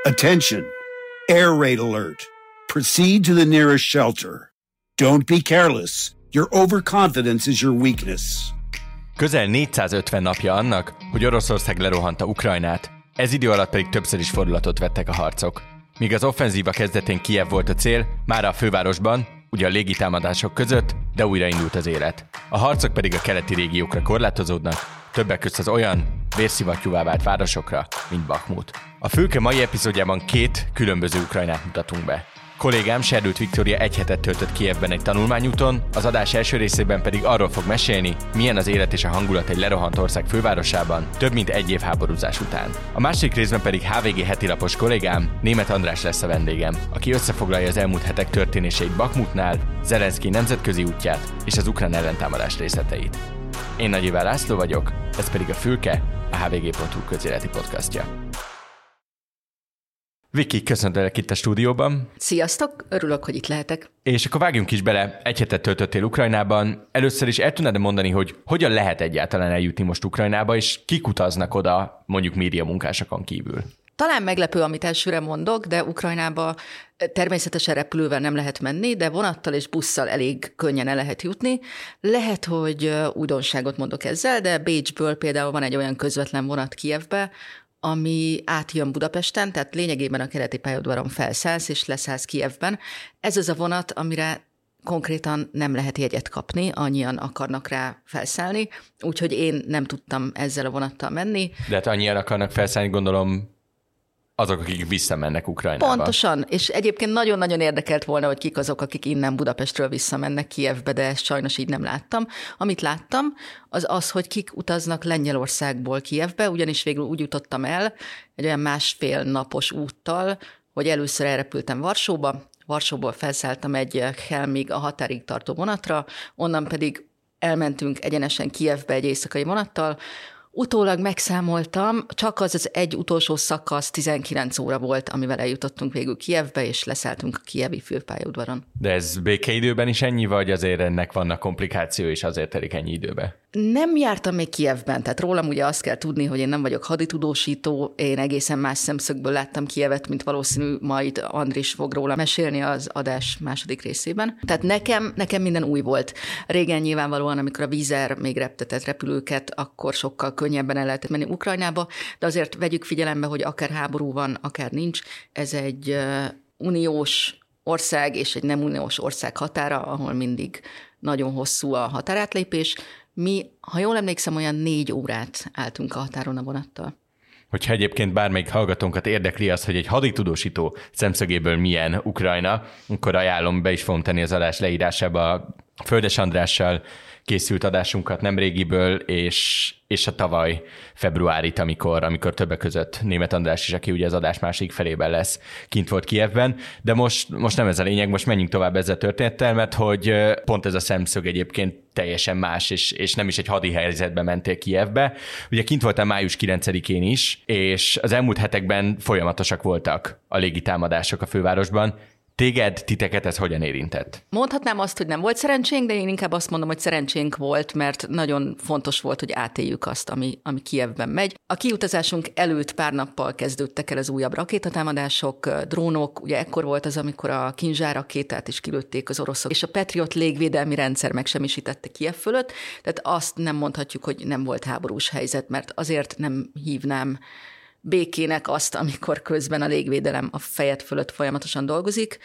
Attention! Air raid alert. Proceed to the nearest shelter. Don't be careless. Your overconfidence is your weakness. Közel 450 napja annak, hogy Oroszország lerohanta Ukrajnát, ez idő alatt pedig többször is fordulatot vettek a harcok. Míg az offenzíva kezdetén Kijev volt a cél, már a fővárosban, ugye a légitámadások között, de újraindult az élet. A harcok pedig a keleti régiókra korlátozódnak, többek között az olyan vérszivattyúvá vált városokra, mint Bakhmut. A Fülke mai epizódjában 2 különböző Ukrajnát mutatunk be. Kollégám Serdült Viktória 1 hetet töltött Kijevben egy tanulmányúton, az adás első részében pedig arról fog mesélni, milyen az élet és a hangulat egy lerohant ország fővárosában, több mint 1 év háborúzás után. A második részben pedig HVG hetilapos kollégám, Németh András lesz a vendégem, aki összefoglalja az elmúlt hetek történéseit Bakhmutnál, Zelenszkij nemzetközi útját és az ukrán ellentámadás részleteit. Én Nagy Iván László vagyok, ez pedig a Fülke, a hvg.hu közéleti podcastja. Viki, köszöntelek itt a stúdióban. Sziasztok, örülök, hogy itt lehetek. És akkor vágjunk is bele, 1 hetet töltöttél Ukrajnában. Először is el tudnád mondani, hogy hogyan lehet egyáltalán eljutni most Ukrajnába, és kik utaznak oda, mondjuk médiamunkásokon kívül? Talán meglepő, amit elsőre mondok, de Ukrajnába természetesen repülővel nem lehet menni, de vonattal és busszal elég könnyen el lehet jutni. Lehet, hogy újdonságot mondok ezzel, de Bécsből például van egy olyan közvetlen vonat Kijevbe, ami átjön Budapesten, tehát lényegében a keleti pályaudvaron felszállsz és leszállsz Kijevben. Ez az a vonat, amire konkrétan nem lehet jegyet kapni, annyian akarnak rá felszállni, úgyhogy én nem tudtam ezzel a vonattal menni. De hát annyian akarnak felszállni, gondolom, azok, akik visszamennek Ukrajnába. Pontosan, és egyébként nagyon-nagyon érdekelt volna, hogy kik azok, akik innen Budapestről visszamennek Kijevbe, de ezt sajnos így nem láttam. Amit láttam, az, hogy kik utaznak Lengyelországból Kijevbe, ugyanis végül úgy jutottam el egy olyan 1,5 napos úttal, hogy először elrepültem Varsóba, Varsóból felszálltam egy Chelmig a határig tartó vonatra, onnan pedig elmentünk egyenesen Kijevbe egy éjszakai vonattal. Utólag megszámoltam, csak az egy utolsó szakasz 19 óra volt, amivel eljutottunk végül Kijevbe, és leszálltunk a kijevi főpályaudvaron. De ez békeidőben is ennyi, vagy azért ennek vannak komplikáció, és azért telik ennyi időbe? Nem jártam még Kijevben, tehát rólam ugye azt kell tudni, hogy én nem vagyok haditudósító, én egészen más szemszögből láttam Kijevet, mint valószínű majd Andris fog róla mesélni az adás második részében. Tehát nekem minden új volt. Régen nyilvánvalóan, amikor a Wizz Air még reptetett repülőket, akkor sokkal könnyebben el lehetett menni Ukrajnába, de azért vegyük figyelembe, hogy akár háború van, akár nincs. Ez egy uniós ország és egy nem uniós ország határa, ahol mindig nagyon hosszú a határátlépés. Mi, ha jól emlékszem, olyan 4 órát álltunk a határon a vonattal. Hogyha egyébként bármelyik hallgatónkat érdekli az, hogy egy haditudósító szemszögéből milyen Ukrajna, akkor ajánlom, be is fogom tenni az adás leírásába a Földes Andrással készült adásunkat nemrégiből, és a tavaly februárit, amikor többek között Németh András is, aki ugye az adás másik felében lesz, kint volt Kijevben, de most nem ez a lényeg, most menjünk tovább ezzel a történettel, mert hogy pont ez a szemszög egyébként teljesen más, és nem is egy hadi helyzetben mentél Kijevbe. Ugye kint voltál május 9-én is, és az elmúlt hetekben folyamatosak voltak a légitámadások a fővárosban. Titeket ez hogyan érintett? Mondhatnám azt, hogy nem volt szerencsénk, de én inkább azt mondom, hogy szerencsénk volt, mert nagyon fontos volt, hogy átéljük azt, ami Kijevben megy. A kiutazásunk előtt pár nappal kezdődtek el az újabb rakétatámadások, drónok, ugye ekkor volt az, amikor a Kinzsár rakétát is kilőtték az oroszok, és a Patriot légvédelmi rendszer megsemmisítette Kijev fölött, tehát azt nem mondhatjuk, hogy nem volt háborús helyzet, mert azért nem hívnám békének azt, amikor közben a légvédelem a fejed fölött folyamatosan dolgozik.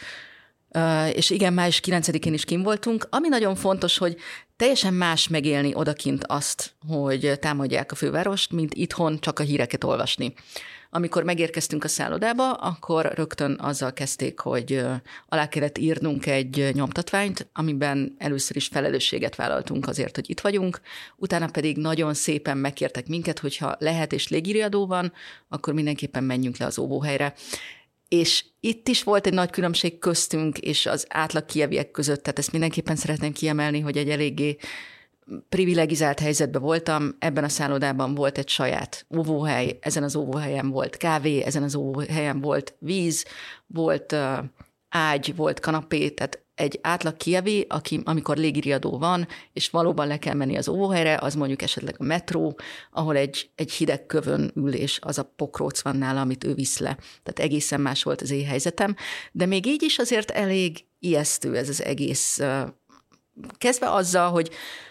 És igen, május 9-én is kint voltunk. Ami nagyon fontos, hogy teljesen más megélni odakint azt, hogy támadják a fővárost, mint itthon csak a híreket olvasni. Amikor megérkeztünk a szállodába, akkor rögtön azzal kezdték, hogy alá kellett írnunk egy nyomtatványt, amiben először is felelősséget vállaltunk azért, hogy itt vagyunk, utána pedig nagyon szépen megkértek minket, hogyha lehet és légiriadó van, akkor mindenképpen menjünk le az óvóhelyre. És itt is volt egy nagy különbség köztünk és az átlag kijeviek között, tehát ezt mindenképpen szeretném kiemelni, hogy egy eléggé privilegizált helyzetben voltam, ebben a szállodában volt egy saját óvóhely, ezen az óvóhelyen volt kávé, ezen az óvóhelyen volt víz, volt ágy, volt kanapé, tehát egy átlag kijevi, amikor légiriadó van, és valóban le kell menni az óvóhelyre, az mondjuk esetleg a metró, ahol egy hideg kövön ül, és az a pokróc van nála, amit ő visz le. Tehát egészen más volt az én helyzetem. De még így is azért elég ijesztő ez az egész. Kezdve azzal, hogy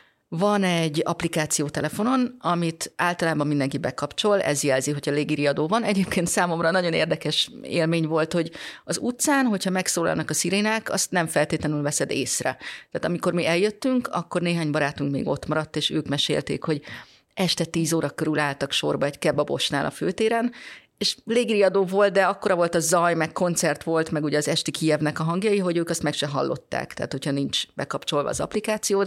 van egy applikáció telefonon, amit általában mindenki bekapcsol, ez jelzi, hogy a légiriadó van. Egyébként számomra nagyon érdekes élmény volt, hogy az utcán, hogyha megszólalnak a szirénák, azt nem feltétlenül veszed észre. Tehát amikor mi eljöttünk, akkor néhány barátunk még ott maradt, és ők mesélték, hogy este 10 óra körül álltak sorba egy kebabosnál a főtéren, és légiriadó volt, de akkora volt a zaj, meg koncert volt, meg ugye az esti Kijevnek a hangjai, hogy ők azt meg se hallották, tehát hogyha nincs bekapcsolva az applikációd.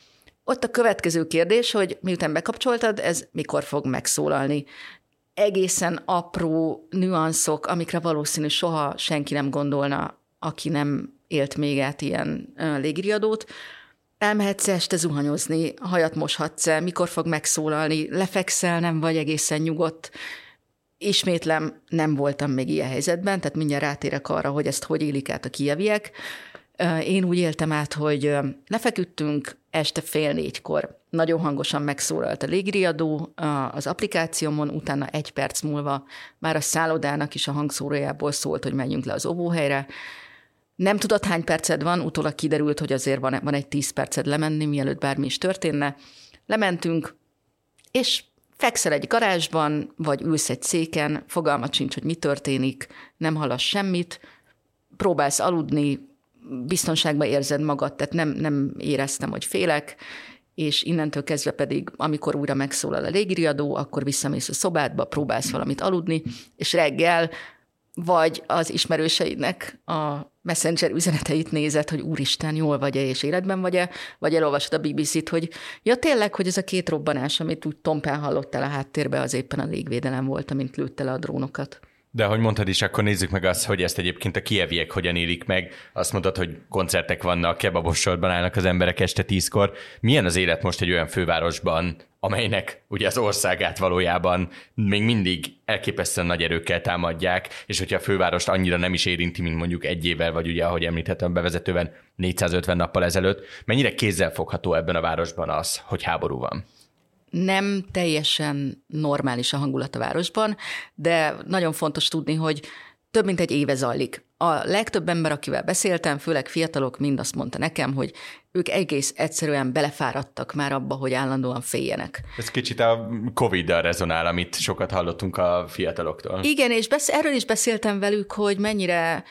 Ott a következő kérdés, hogy miután bekapcsoltad, ez mikor fog megszólalni. Egészen apró nüanszok, amikre valószínű soha senki nem gondolna, aki nem élt még át ilyen légiriadót. Elmehetsz este zuhanyozni, hajat moshatsz, mikor fog megszólalni, lefekszel, nem vagy egészen nyugodt. Ismétlem, nem voltam még ilyen helyzetben, tehát mindjárt rátérek arra, hogy ezt hogy élik át a kijeviek. Én úgy éltem át, hogy lefeküdtünk este 3:30-kor. Nagyon hangosan megszólalt a légiriadó az applikációmon, utána 1 perc múlva már a szállodának is a hangszórójából szólt, hogy menjünk le az óvóhelyre. Nem tudod, hány perced van, utólag kiderült, hogy azért van egy 10 perced lemenni, mielőtt bármi is történne. Lementünk, és fekszel egy garázsban, vagy ülsz egy széken, fogalmat sincs, hogy mi történik, nem hallasz semmit, próbálsz aludni, biztonságban érzed magad, tehát nem éreztem, hogy félek, és innentől kezdve pedig, amikor újra megszólal a légiriadó, akkor visszamész a szobádba, próbálsz valamit aludni, és reggel vagy az ismerőseidnek a Messenger üzeneteit nézed, hogy úristen, jól vagy-e és életben vagy-e, vagy elolvasod a BBC-t, hogy ja tényleg, hogy ez a 2 robbanás, amit úgy tompán hallottál a háttérbe, az éppen a légvédelem volt, amint lőtte le a drónokat. De ahogy mondtad is, akkor nézzük meg azt, hogy ezt egyébként a kijeviek hogyan élik meg. Azt mondtad, hogy koncertek vannak, kebabos sorban állnak az emberek este 10-kor. Milyen az élet most egy olyan fővárosban, amelynek ugye az országát valójában még mindig elképesztően nagy erőkkel támadják, és hogyha a fővárost annyira nem is érinti, mint mondjuk 1 évvel, vagy ugye, ahogy említettem bevezetőben, 450 nappal ezelőtt, mennyire kézzelfogható ebben a városban az, hogy háború van? Nem teljesen normális a hangulat a városban, de nagyon fontos tudni, hogy több mint 1 éve zajlik. A legtöbb ember, akivel beszéltem, főleg fiatalok, mind azt mondta nekem, hogy ők egész egyszerűen belefáradtak már abba, hogy állandóan féljenek. Ez kicsit a Covid-dal rezonál, amit sokat hallottunk a fiataloktól. Igen, és erről is beszéltem velük, hogy mennyire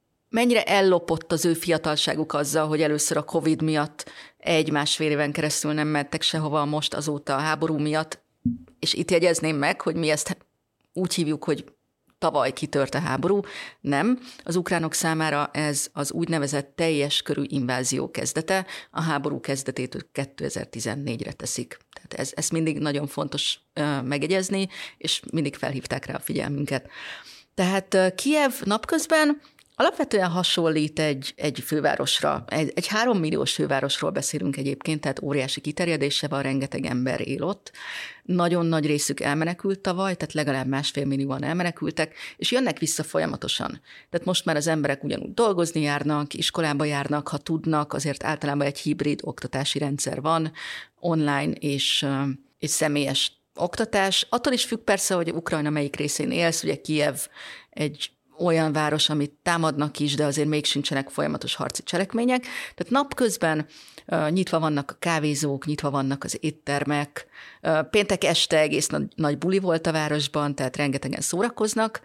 ellopott az ő fiatalságuk azzal, hogy először a Covid miatt 1-1,5 éven keresztül nem mentek sehova, most azóta a háború miatt, és itt jegyezném meg, hogy mi ezt úgy hívjuk, hogy tavaly kitört a háború. Nem, az ukránok számára ez az úgynevezett teljes körű invázió kezdete, a háború kezdetét 2014-re teszik. Tehát ez mindig nagyon fontos megjegyezni, és mindig felhívták rá a figyelmünket. Tehát Kijev napközben alapvetően hasonlít egy fővárosra. Egy 3 milliós fővárosról beszélünk egyébként, tehát óriási kiterjedése van, rengeteg ember él ott. Nagyon nagy részük elmenekült tavaly, tehát legalább 1,5 millióan elmenekültek, és jönnek vissza folyamatosan. Tehát most már az emberek ugyanúgy dolgozni járnak, iskolába járnak, ha tudnak, azért általában egy hibrid oktatási rendszer van, online és személyes oktatás. Attól is függ persze, hogy Ukrajna melyik részén élsz, ugye Kijev egy olyan város, amit támadnak is, de azért még sincsenek folyamatos harci cselekmények. Tehát napközben nyitva vannak a kávézók, nyitva vannak az éttermek. Péntek este egész nagy buli volt a városban, tehát rengetegen szórakoznak.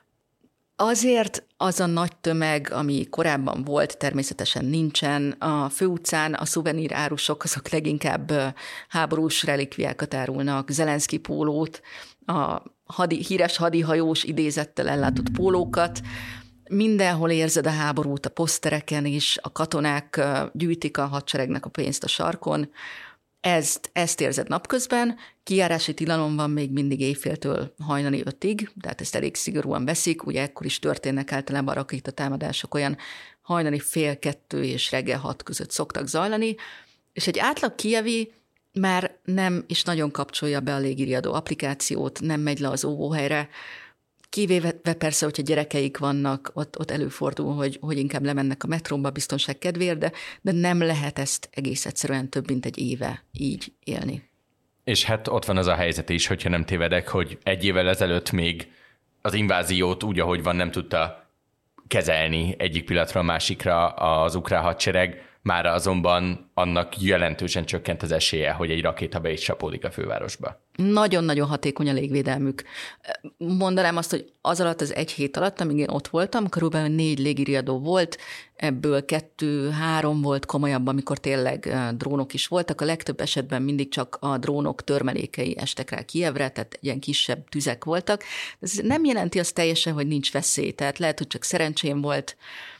Azért az a nagy tömeg, ami korábban volt, természetesen nincsen. A főutcán a szuvenír árusok azok leginkább háborús relikviákat árulnak, Zelenszky pólót, a híres hadihajós idézettel ellátott pólókat. Mindenhol érzed a háborút, a posztereken is, a katonák gyűjtik a hadseregnek a pénzt a sarkon. Ezt érzed napközben, kijárási tilalom van még mindig éjféltől hajnali 5-ig, tehát ezt elég szigorúan veszik, ugye ekkor is történnek általában a rakétatámadások, olyan hajnali 1:30 és reggel 6 között szoktak zajlani, és egy átlag kijevi már nem is nagyon kapcsolja be a légiriadó applikációt, nem megy le az óvóhelyre. Kivéve persze, hogyha gyerekeik vannak, ott előfordul, hogy inkább lemennek a metróba biztonság kedvéért, de nem lehet ezt egész egyszerűen több mint egy éve így élni. És hát ott van az a helyzet is, hogyha nem tévedek, hogy egy évvel ezelőtt még az inváziót úgy, ahogy van, nem tudta kezelni egyik pillanatra a másikra az ukrán hadsereg, már azonban annak jelentősen csökkent az esélye, hogy egy rakéta be is csapódik a fővárosba. Nagyon-nagyon hatékony a légvédelmük. Mondanám azt, hogy az alatt az egy hét alatt, amíg én ott voltam, körülbelül 4 légiriadó volt, ebből 2-3 volt komolyabb, amikor tényleg drónok is voltak. A legtöbb esetben mindig csak a drónok törmelékei estek rá Kijevre, tehát ilyen kisebb tüzek voltak. Ez nem jelenti azt teljesen, hogy nincs veszély, tehát lehet, hogy csak szerencsém volt,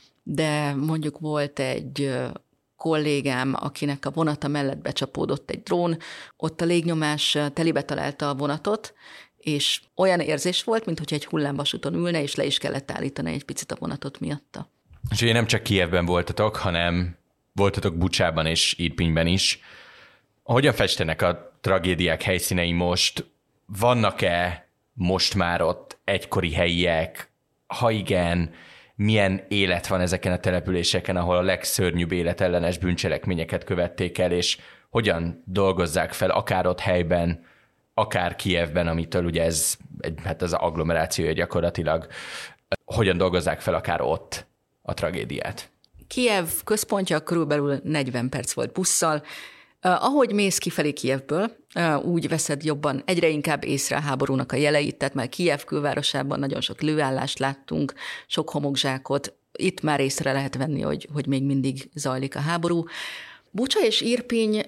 de mondjuk volt egy kollégám, akinek a vonata mellett becsapódott egy drón, ott a légnyomás telibe találta a vonatot, és olyan érzés volt, mintha egy hullámvasúton ülne, és le is kellett állítani egy picit a vonatot miatta. És ugye nem csak Kijevben voltatok, hanem voltatok Bucsában és Irpinyben is. Hogyan festenek a tragédiák helyszínei most? Vannak-e most már ott egykori helyiek? Ha igen, milyen élet van ezeken a településeken, ahol a legszörnyűbb életellenes bűncselekményeket követték el, és hogyan dolgozzák fel akár ott helyben, akár Kijevben, amitől ugye ez az agglomerációja gyakorlatilag, hogyan dolgozzák fel akár ott a tragédiát? Kijev központja körülbelül 40 perc volt busszal. Ahogy mész kifelé Kijevből, úgy veszed jobban, egyre inkább észre a háborúnak a jeleit, tehát már Kijev külvárosában nagyon sok lőállást láttunk, sok homokzsákot, itt már észre lehet venni, hogy még mindig zajlik a háború. Bucsa és Irpiny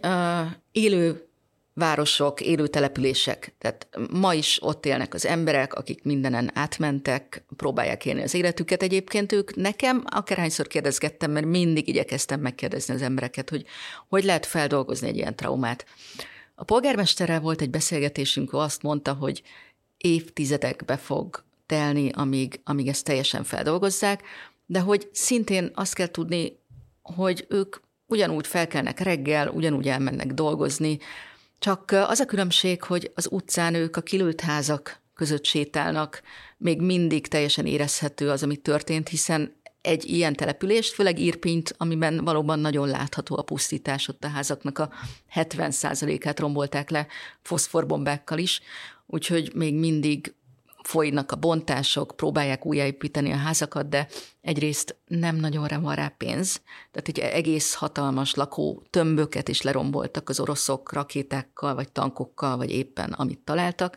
élő városok, élő települések, tehát ma is ott élnek az emberek, akik mindenen átmentek, próbálják élni az életüket. Egyébként ők nekem, akárhányszor kérdezgettem, mert mindig igyekeztem megkérdezni az embereket, hogy lehet feldolgozni egy ilyen traumát. A polgármesterrel volt egy beszélgetésünk, ő azt mondta, hogy évtizedekbe fog telni, amíg ezt teljesen feldolgozzák, de hogy szintén azt kell tudni, hogy ők ugyanúgy felkelnek reggel, ugyanúgy elmennek dolgozni, csak az a különbség, hogy az utcán ők a kilőtt házak között sétálnak, még mindig teljesen érezhető az, ami történt, hiszen egy ilyen települést, főleg Irpint, amiben valóban nagyon látható a pusztítás, ott a házaknak a 70%-át rombolták le foszforbombákkal is, úgyhogy még mindig folynak a bontások, próbálják újjáépíteni a házakat, de egyrészt nem nagyon van rá pénz, tehát egy egész hatalmas lakó tömböket is leromboltak az oroszok rakétákkal, vagy tankokkal, vagy éppen amit találtak.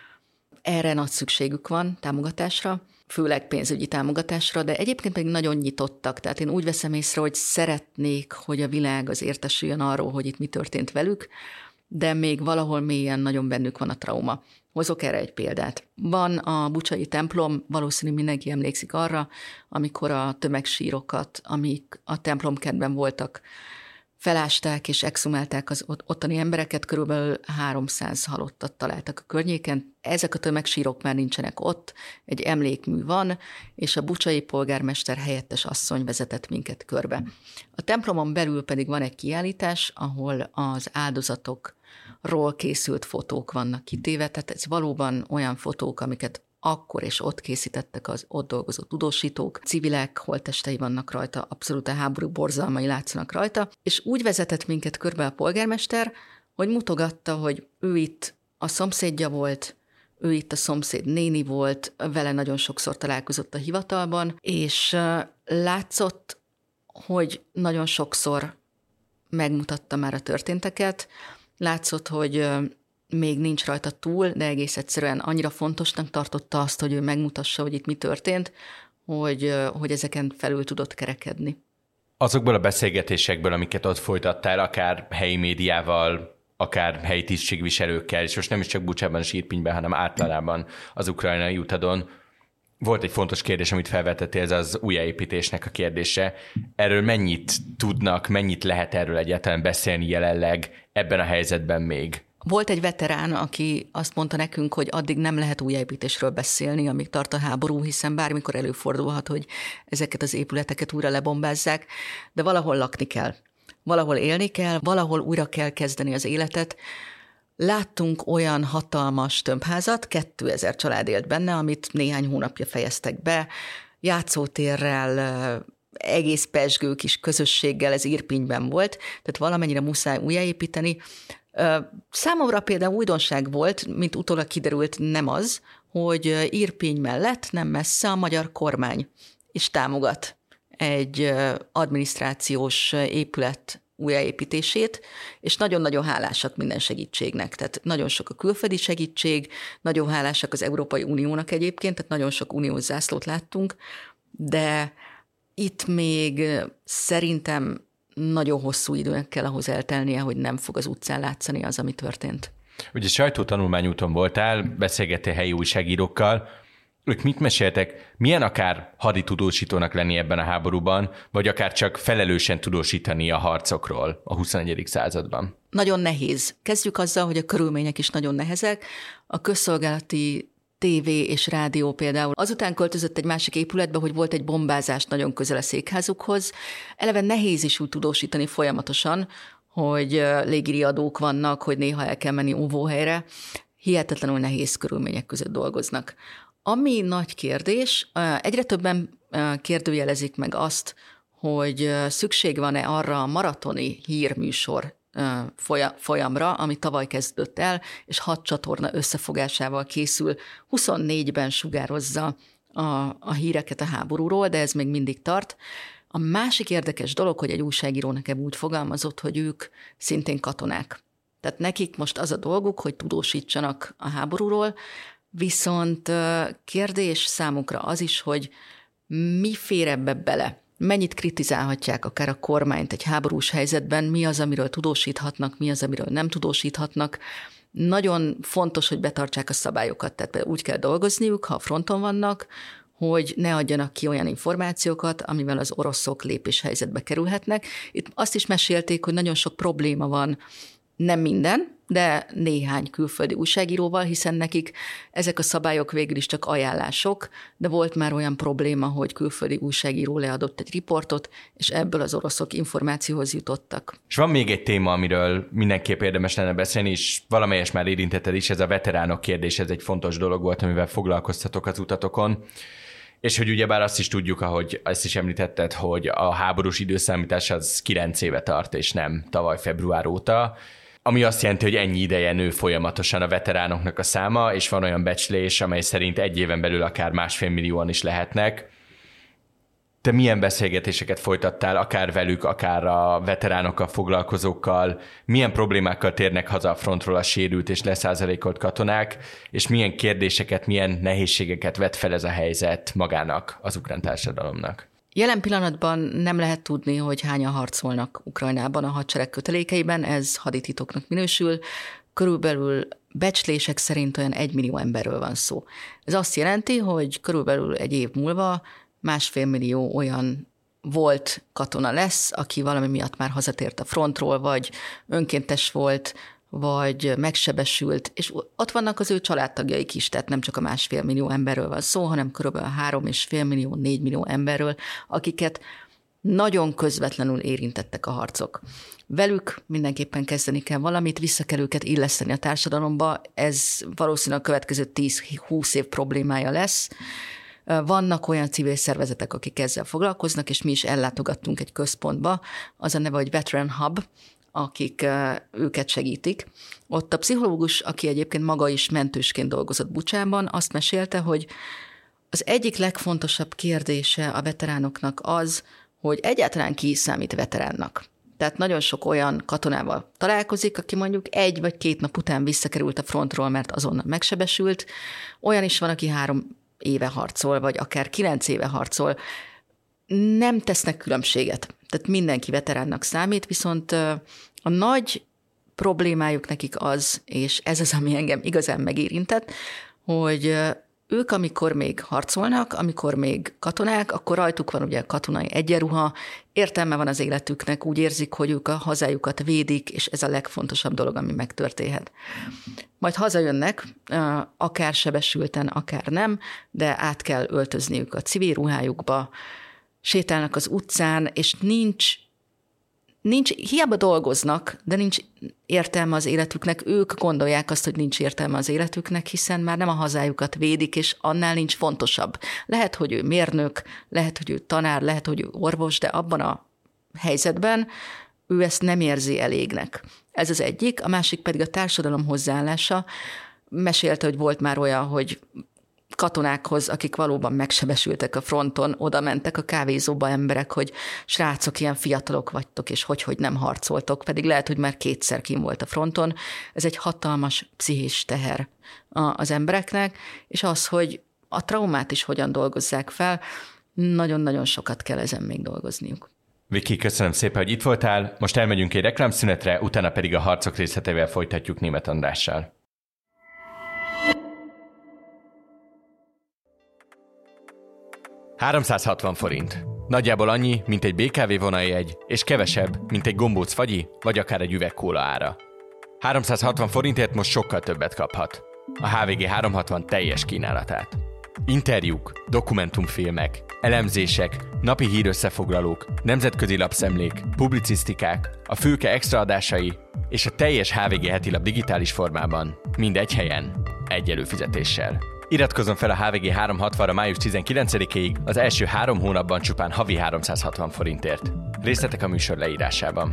Erre nagy szükségük van támogatásra, főleg pénzügyi támogatásra, de egyébként pedig nagyon nyitottak. Tehát én úgy veszem észre, hogy szeretnék, hogy a világ az értesüljön arról, hogy itt mi történt velük, de még valahol mélyen nagyon bennük van a trauma. Hozok erre egy példát. Van a bucsai templom, valószínű mindenki emlékszik arra, amikor a tömegsírokat, amik a templomkertben voltak, felásták és exhumálták az ottani embereket, körülbelül 300 halottat találtak a környéken. Ezek a tömegsírok már nincsenek ott, egy emlékmű van, és a bucsai polgármester helyettes asszony vezetett minket körbe. A templomon belül pedig van egy kiállítás, ahol az áldozatokról készült fotók vannak kitéve, tehát ez valóban olyan fotók, amiket akkor és ott készítettek az ott dolgozó tudósítók, civilek holttestei vannak rajta, abszolút a háború borzalmai látszanak rajta, és úgy vezetett minket körbe a polgármester, hogy mutogatta, hogy ő itt a szomszédja volt, ő itt a szomszéd néni volt, vele nagyon sokszor találkozott a hivatalban, és látszott, hogy nagyon sokszor megmutatta már a történteket, látszott, hogy még nincs rajta túl, de egész egyszerűen annyira fontosnak tartotta azt, hogy ő megmutassa, hogy itt mi történt, hogy ezeken felül tudott kerekedni. Azokból a beszélgetésekből, amiket ott folytattál, akár helyi médiával, akár helyi tisztségviselőkkel, és most nem is csak Bucsában és Irpinyben, hanem általában az ukrajnai utadon, volt egy fontos kérdés, amit felvetettél, ez az újjáépítésnek a kérdése. Erről mennyit tudnak, mennyit lehet erről egyáltalán beszélni jelenleg ebben a helyzetben még? Volt egy veterán, aki azt mondta nekünk, hogy addig nem lehet újjáépítésről beszélni, amíg tart a háború, hiszen bármikor előfordulhat, hogy ezeket az épületeket újra lebombázzák, de valahol lakni kell, valahol élni kell, valahol újra kell kezdeni az életet. Láttunk olyan hatalmas tömbházat, 2000 család élt benne, amit néhány hónapja fejeztek be, játszótérrel, egész pezsgő kis közösséggel, ez Irpinyben volt, tehát valamennyire muszáj újjáépíteni. Számomra például újdonság volt, mint utólag kiderült, nem az, hogy Irpiny mellett nem messze a magyar kormány is támogat egy adminisztrációs épület újjáépítését, és nagyon-nagyon hálásak minden segítségnek. Tehát nagyon sok a külföldi segítség, nagyon hálásak az Európai Uniónak egyébként, tehát nagyon sok uniós zászlót láttunk, de itt még szerintem nagyon hosszú időnek kell ahhoz eltelnie, hogy nem fog az utcán látszani az, ami történt. Ugye sajtótanulmányúton voltál, beszélgettél helyi újságírókkal, ők mit meséltek, milyen akár haditudósítónak lenni ebben a háborúban, vagy akár csak felelősen tudósítani a harcokról a 21. században? Nagyon nehéz. Kezdjük azzal, hogy a körülmények is nagyon nehezek. A közszolgálati TV és rádió például azután költözött egy másik épületbe, hogy volt egy bombázás nagyon közel a székházukhoz. Eleve nehéz is úgy tudósítani folyamatosan, hogy légiriadók vannak, hogy néha el kell menni óvóhelyre. Hihetetlenül nehéz körülmények között dolgoznak. Ami nagy kérdés, egyre többen kérdőjelezik meg azt, hogy szükség van-e arra a maratoni hírműsor folyamra, ami tavaly kezdődött el, és 6 csatorna összefogásával készül. 24-ben sugározza a híreket a háborúról, de ez még mindig tart. A másik érdekes dolog, hogy egy újságíró nekem úgy fogalmazott, hogy ők szintén katonák. Tehát nekik most az a dolguk, hogy tudósítsanak a háborúról, viszont kérdés számukra az is, hogy mi fér ebbe bele. Mennyit kritizálhatják akár a kormányt egy háborús helyzetben, mi az, amiről tudósíthatnak, mi az, amiről nem tudósíthatnak. Nagyon fontos, hogy betartsák a szabályokat, tehát úgy kell dolgozniuk, ha a fronton vannak, hogy ne adjanak ki olyan információkat, amivel az oroszok lépéshelyzetbe kerülhetnek. Itt azt is mesélték, hogy nagyon sok probléma van, nem minden, de néhány külföldi újságíróval, hiszen nekik ezek a szabályok végül is csak ajánlások, de volt már olyan probléma, hogy külföldi újságíró leadott egy riportot, és ebből az oroszok információhoz jutottak. És van még egy téma, amiről mindenképp érdemes lenne beszélni, és valamelyes már érintetted is, ez a veteránok kérdés, ez egy fontos dolog volt, amivel foglalkoztatok az utatokon. És hogy ugyebár azt is tudjuk, ahogy ezt is említetted, hogy a háborús időszámítás az 9 éve tart, és nem tavaly február óta, ami azt jelenti, hogy ennyi ideje nő folyamatosan a veteránoknak a száma, és van olyan becslés, amely szerint egy éven belül akár 1,5 millióan is lehetnek. Te milyen beszélgetéseket folytattál, akár velük, akár a veteránokkal foglalkozókkal, milyen problémákkal térnek haza a frontról a sérült és leszázalékolt katonák, és milyen kérdéseket, milyen nehézségeket vet fel ez a helyzet magának, az ukrán társadalomnak? Jelen pillanatban nem lehet tudni, hogy hányan harcolnak Ukrajnában a hadsereg kötelékeiben, ez hadititoknak minősül. Körülbelül becslések szerint olyan 1 millió emberről van szó. Ez azt jelenti, hogy körülbelül egy év múlva 1,5 millió olyan volt katona lesz, aki valami miatt már hazatért a frontról, vagy önkéntes volt, vagy megsebesült, és ott vannak az ő családtagjaik is, tehát nem csak a 1,5 millió emberről van szó, hanem körülbelül 3,5 millió, 4 millió emberről, akiket nagyon közvetlenül érintettek a harcok. Velük mindenképpen kezdeni kell valamit, vissza kell őket illeszteni a társadalomba, ez valószínűleg a következő 10-20 év problémája lesz. Vannak olyan civil szervezetek, akik ezzel foglalkoznak, és mi is ellátogattunk egy központba, az a neve, hogy Veteran Hub, akik őket segítik. Ott a pszichológus, aki egyébként maga is mentősként dolgozott Bucsában, azt mesélte, hogy az egyik legfontosabb kérdése a veteránoknak az, hogy egyáltalán ki számít veteránnak. Tehát nagyon sok olyan katonával találkozik, aki mondjuk 1 vagy 2 nap után visszakerült a frontról, mert azonnal megsebesült. Olyan is van, aki 3 éve harcol, vagy akár 9 éve harcol. Nem tesznek különbséget. Tehát mindenki veteránnak számít, viszont a nagy problémájuk nekik az, és ez az, ami engem igazán megérintett, hogy ők, amikor még harcolnak, amikor még katonák, akkor rajtuk van ugye a katonai egyenruha, értelme van az életüknek, úgy érzik, hogy ők a hazájukat védik, és ez a legfontosabb dolog, ami megtörténhet. Majd hazajönnek, akár sebesülten, akár nem, de át kell öltözniük a civil ruhájukba, sétálnak az utcán, és hiába dolgoznak, de nincs értelme az életüknek, ők gondolják azt, hogy nincs értelme az életüknek, hiszen már nem a hazájukat védik, és annál nincs fontosabb. Lehet, hogy ő mérnök, lehet, hogy ő tanár, lehet, hogy ő orvos, de abban a helyzetben ő ezt nem érzi elégnek. Ez az egyik, a másik pedig a társadalom hozzáállása. Mesélte, hogy volt már olyan, hogy katonákhoz, akik valóban megsebesültek a fronton, oda mentek a kávézóba emberek, hogy srácok, ilyen fiatalok vagytok, és hogy nem harcoltok, pedig lehet, hogy már 2-szer kín volt a fronton. Ez egy hatalmas pszichés teher az embereknek, és az, hogy a traumát is hogyan dolgozzák fel, nagyon-nagyon sokat kell ezen még dolgozniuk. Viki, köszönöm szépen, hogy itt voltál. Most elmegyünk egy reklámszünetre, utána pedig a harcok részleteivel folytatjuk Németh Andrással. $360 forint. Nagyjából annyi, mint egy BKV vonaljegy, és kevesebb, mint egy gombóc fagyi, vagy akár egy üveg kóla ára. 360 forintért most sokkal többet kaphat. A HVG 360 teljes kínálatát. Interjúk, dokumentumfilmek, elemzések, napi hírösszefoglalók, nemzetközi lapszemlék, publicisztikák, a Fülke extra adásai és a teljes HVG hetilap digitális formában, mind egy helyen, egy előfizetéssel. Iratkozzon fel a HVG 360-ra május 19-ig, az első 3 hónapban csupán havi 360 forintért. Részletek a műsor leírásában.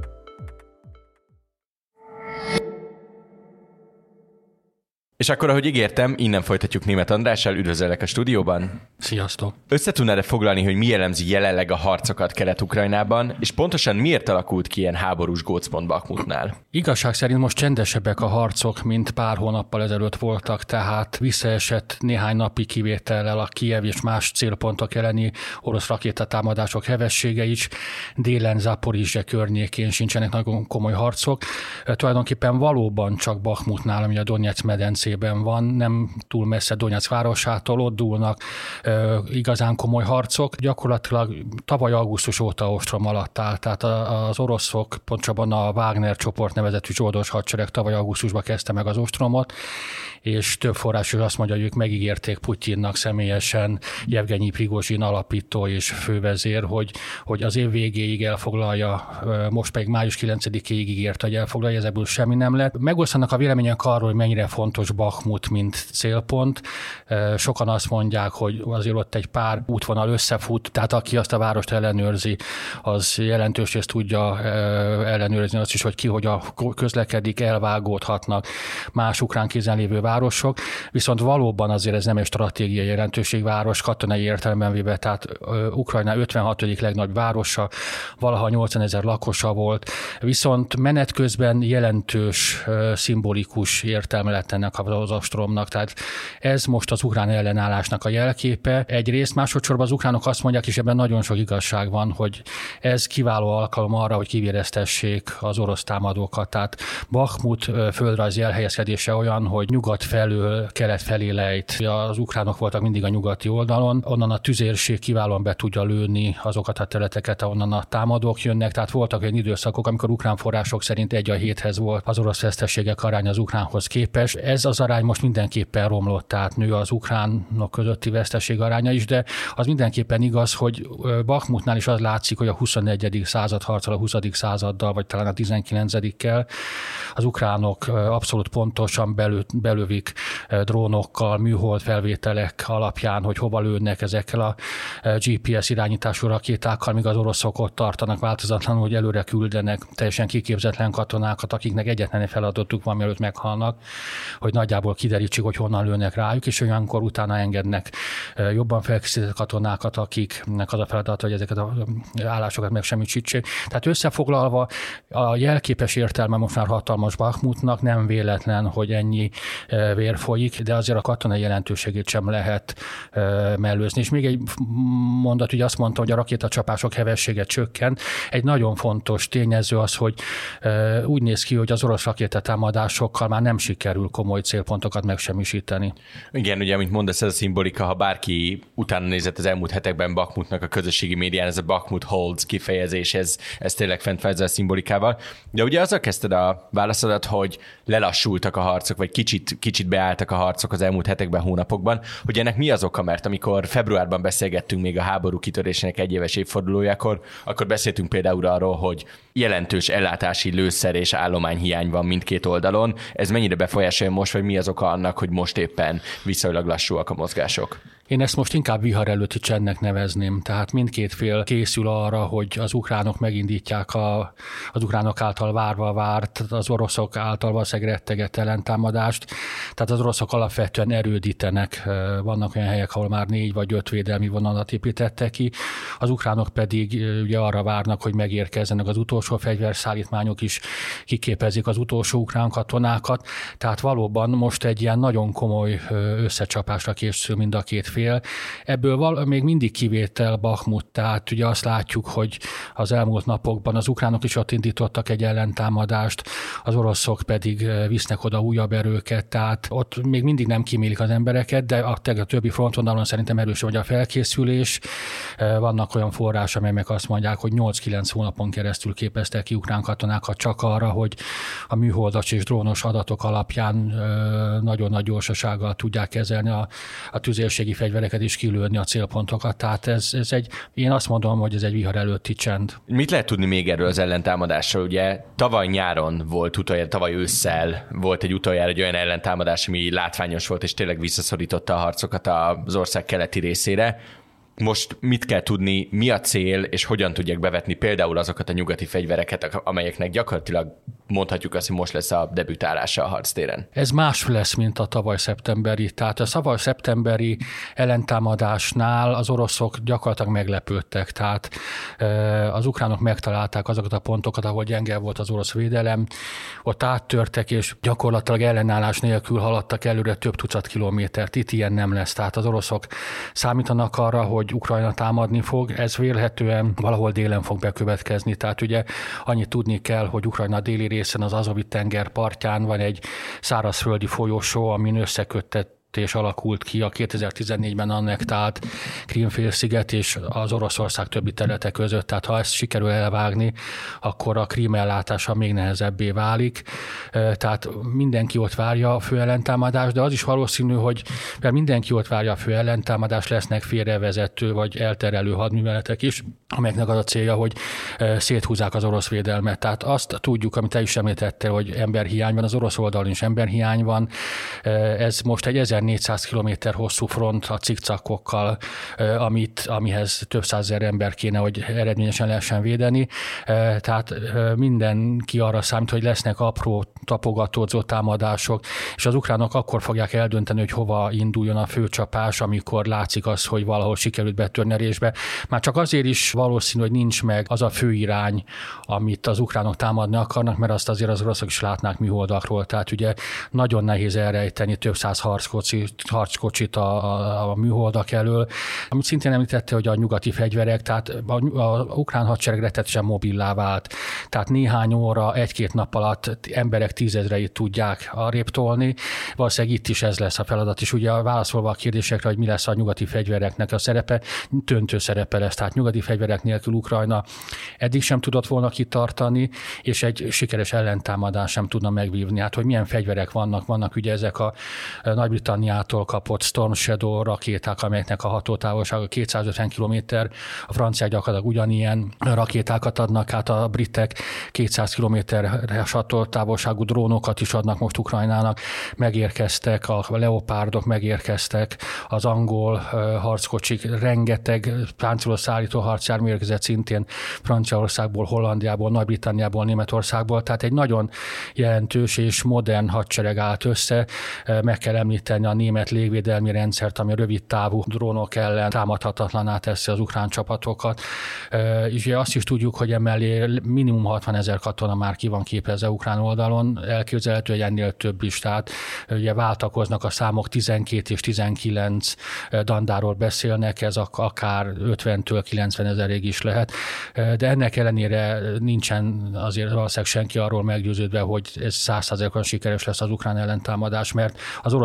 És akkor, ahogy ígértem, innen folytatjuk Németh Andrással, üdvözöllek a stúdióban. Sziasztok! Össze tudnád-e foglalni, hogy mi jellemzi jelenleg a harcokat Kelet-Ukrajnában, és pontosan miért alakult ki ilyen háborús gócpont Bakhmutnál? Igazság szerint most csendesebbek a harcok, mint pár hónappal ezelőtt voltak, tehát visszaesett néhány napi kivétellel a Kijev és más célpontok elleni orosz rakétatámadások hevessége is. Délen, Zaporizsje környékén sincsenek nagyon komoly harcok. Tulajdonképpen valóban csak Bakhmutnál, ami a Donetsz medencében van, nem túl messze Donetsz városától, ott dúlnak igazán komoly harcok. Gyakorlatilag tavaly augusztus óta ostrom alatt áll, tehát az oroszok, pontosabban a Wagner csoport nevezetű zsoldos hadsereg tavaly augusztusban kezdte meg az ostromot, és több forrás is azt mondja, hogy ők megígérték Putyinnak személyesen, Jevgenyi Prigozsin alapító és fővezér, hogy az év végéig elfoglalja, most pedig május 9-ig ígérte, hogy elfoglalja, ebből semmi nem lett. Megosztanak a vélemények arról, hogy mennyire fontos Bakhmut, mint célpont. Sokan azt mondják, hogy azért ott egy pár útvonal összefut, tehát aki azt a várost ellenőrzi, az jelentős részt tudja ellenőrizni azt is, hogy ki hogyan közlekedik, elvágódhatnak más ukrán kézen lévő városok, viszont valóban azért ez nem egy stratégiai jelentőségváros, katonai értelemben véve, tehát Ukrajna 56. legnagyobb városa, valaha 80 000 lakosa volt, viszont menet közben jelentős szimbolikus értelme lett ennek az ostromnak, tehát ez most az ukrán ellenállásnak a jelképe. Egyrészt, másodszorban az ukránok azt mondják, és ebben nagyon sok igazság van, hogy ez kiváló alkalom arra, hogy kivéreztessék az orosz támadókat. Tehát Bakhmut földrajzi elhelyezkedése olyan, hogy nyugat felől, kelet felé lejt. Az ukránok voltak mindig a nyugati oldalon, onnan a tüzérség kiválóan be tudja lőni azokat a területeket, ahonnan a támadók jönnek. Tehát voltak olyan időszakok, amikor ukrán források szerint 1:7 volt az orosz veszteségek aránya az ukránhoz képest. Ez az arány most mindenképpen romlott, tehát nő az ukránok közötti veszteség aránya is, de az mindenképpen igaz, hogy Bakhmutnál is az látszik, hogy a 21. század harcol a 20. századdal, vagy talán a 19-kel. Az ukránok abszolút pontosan belövik drónokkal, műhold felvételek alapján, hogy hova lőnek ezekkel a GPS irányítású rakétákkal, míg az oroszok ott tartanak változatlanul, hogy előre küldenek teljesen kiképzetlen katonákat, akiknek egyetlen feladatuk van, mielőtt meghalnak, hogy nagyjából kiderítsük, hogy honnan lőnek rájuk, és olyankor utána engednek jobban felkészített katonákat, akiknek az a feladat, hogy ezeket az állásokat megsemmisítsék. Tehát összefoglalva a jelképes értelme most már hatalmas Bakhmutnak, nem véletlen, hogy ennyi vér folyik, de azért a katonai jelentőségét sem lehet mellőzni. És még egy mondat, ugye azt mondta, hogy a rakétacsapások hevessége csökken. Egy nagyon fontos tényező az, hogy úgy néz ki, hogy az orosz rakétatámadásokkal már nem sikerül komoly célpontokat megsemmisíteni. Igen, ugye, amit mondasz, ez a szimbolika, ha bárki utána nézett az elmúlt hetekben Bakhmutnak a közösségi médián, ez a Bakhmut holds kifejezés, ez tényleg fent van ezzel a szimbolikával. De ugye azzal kezdted a válaszodat, hogy lelassultak a harcok, vagy kicsit kicsit beálltak a harcok az elmúlt hetekben, hónapokban, hogy ennek mi az oka, mert amikor februárban beszélgettünk még a háború kitörésének egyéves évfordulójakor, akkor beszéltünk például arról, hogy jelentős ellátási lőszer és állományhiány van mindkét oldalon. Ez mennyire befolyásolja most, vagy mi az oka annak, hogy most éppen viszonylag lassúak a mozgások? Én ezt most inkább vihar előtti csendnek nevezném. Tehát mindkét fél készül arra, hogy az ukránok megindítják az ukránok által várva várt, az oroszok által valószínűleg rettegett ellentámadást. Tehát az oroszok alapvetően erődítenek. Vannak olyan helyek, ahol már 4 vagy 5 védelmi vonalat építettek ki. Az ukránok pedig ugye arra várnak, hogy megérkezzenek az utolsó fegyverszállítmányok is, kiképezik az utolsó ukrán katonákat. Tehát valóban most egy ilyen nagyon komoly összecsapásra készül mind a két fél. Ebből még mindig kivétel Bakhmut, tehát ugye azt látjuk, hogy az elmúlt napokban az ukránok is ott indítottak egy ellentámadást, az oroszok pedig visznek oda újabb erőket, tehát ott még mindig nem kímélik az embereket, de a többi frontvonalon szerintem erős vagy a felkészülés. Vannak olyan források, amelyek azt mondják, hogy 8-9 hónapon keresztül képeztek ki ukrán katonákat csak arra, hogy a műholdas és drónos adatok alapján nagyon nagy gyorsasággal tudják kezelni a tüzérségi fegyvereket is kilőni a célpontokat. Tehát én azt mondom, hogy ez egy vihar előtti csend. Mit lehet tudni még erről az ellentámadásról? Ugye tavaly nyáron volt utoljára, tavaly ősszel volt egy utoljára egy olyan ellentámadás, ami látványos volt, és tényleg visszaszorította a harcokat az ország keleti részére. Most mit kell tudni, mi a cél, és hogyan tudják bevetni például azokat a nyugati fegyvereket, amelyeknek gyakorlatilag mondhatjuk azt, hogy most lesz a debütálása a harctéren? Ez más lesz, mint a tavaly szeptemberi. Tehát a tavaly szeptemberi ellentámadásnál az oroszok gyakorlatilag meglepődtek. Tehát az ukránok megtalálták azokat a pontokat, ahol gyenge volt az orosz védelem, ott áttörtek, és gyakorlatilag ellenállás nélkül haladtak előre több tucat kilométert. Itt ilyen nem lesz. Tehát az oroszok számítanak arra, hogy Ukrajna támadni fog, ez vélhetően valahol délen fog bekövetkezni. Tehát ugye annyit tudni kell, hogy Ukrajna déli részen az Azovi-tenger partján van egy szárazföldi folyosó, amin összeköttetett és alakult ki a 2014-ben annektált Krím-félsziget és az Oroszország többi területe között. Tehát ha ezt sikerül elvágni, akkor a Krím ellátása még nehezebbé válik. Tehát mindenki ott várja a főellentámadást, de az is valószínű, hogy mert mindenki ott várja a főellentámadást, lesznek félrevezető vagy elterelő hadműveletek is, amelyeknek az a célja, hogy széthúzzák az orosz védelmet. Tehát azt tudjuk, amit te is említettél, hogy emberhiány van, az orosz oldalon is emberhiány van. Ez most egy 1400 kilométer hosszú front a cikcakokkal, amihez több százezer ember kéne, hogy eredményesen lehessen védeni. Tehát mindenki arra számít, hogy lesznek apró tapogatózó támadások, és az ukránok akkor fogják eldönteni, hogy hova induljon a főcsapás, amikor látszik az, hogy valahol sikerült betörni a résbe. Már csak azért is valószínű, hogy nincs meg az a fő irány, amit az ukránok támadni akarnak, mert azt azért az oroszok is látnák műholdakról. Tehát ugye nagyon nehéz elrejteni több száz harckocsit a műholdak elől. Amit szintén említette, hogy a nyugati fegyverek, tehát a ukrán hadsereg rettetesen mobillá vált. Tehát néhány óra, 1-2 nap alatt emberek 10 000-eit tudják arrébb tolni. Valószínűleg itt is ez lesz a feladat. És ugye válaszolva a kérdésekre, hogy mi lesz a nyugati fegyvereknek a szerepe, döntő szerepe lesz. Tehát nyugati fegyverek nélkül Ukrajna eddig sem tudott volna kitartani, és egy sikeres ellentámadás sem tudna megvívni. Hát, hogy milyen fegyverek vannak ugye ezek a Nagy-Britanniától kapott Storm Shadow rakéták, amelyeknek a hatótávolsága 250 km. A franciák gyakorlatilag ugyanilyen rakétákat adnak, hát a britek 200 km-es hatótávolságú drónokat is adnak most Ukrajnának. Megérkeztek a leopárdok, megérkeztek az angol harckocsik, rengeteg páncélos szállító harcjármű érkezett szintén Franciaországból, Hollandiából, Nagy-Britanniából, Németországból, tehát egy nagyon jelentős és modern hadsereg állt össze. Meg kell említeni a német légvédelmi rendszert, ami rövid távú drónok ellen támadhatatlaná teszi az ukrán csapatokat. És azt is tudjuk, hogy emellé minimum 60 000 katona már ki van képezve ukrán oldalon, elképzelhető, hogy ennél több is. Tehát ugye váltakoznak a számok, 12 és 19 dandáról beszélnek, ez akár 50-től 90 000-ig is lehet. De ennek ellenére nincsen azért valószínűleg senki arról meggyőződve, hogy ez 100%-on sikeres lesz az ukrán ellentámadás, mert az orosz védelem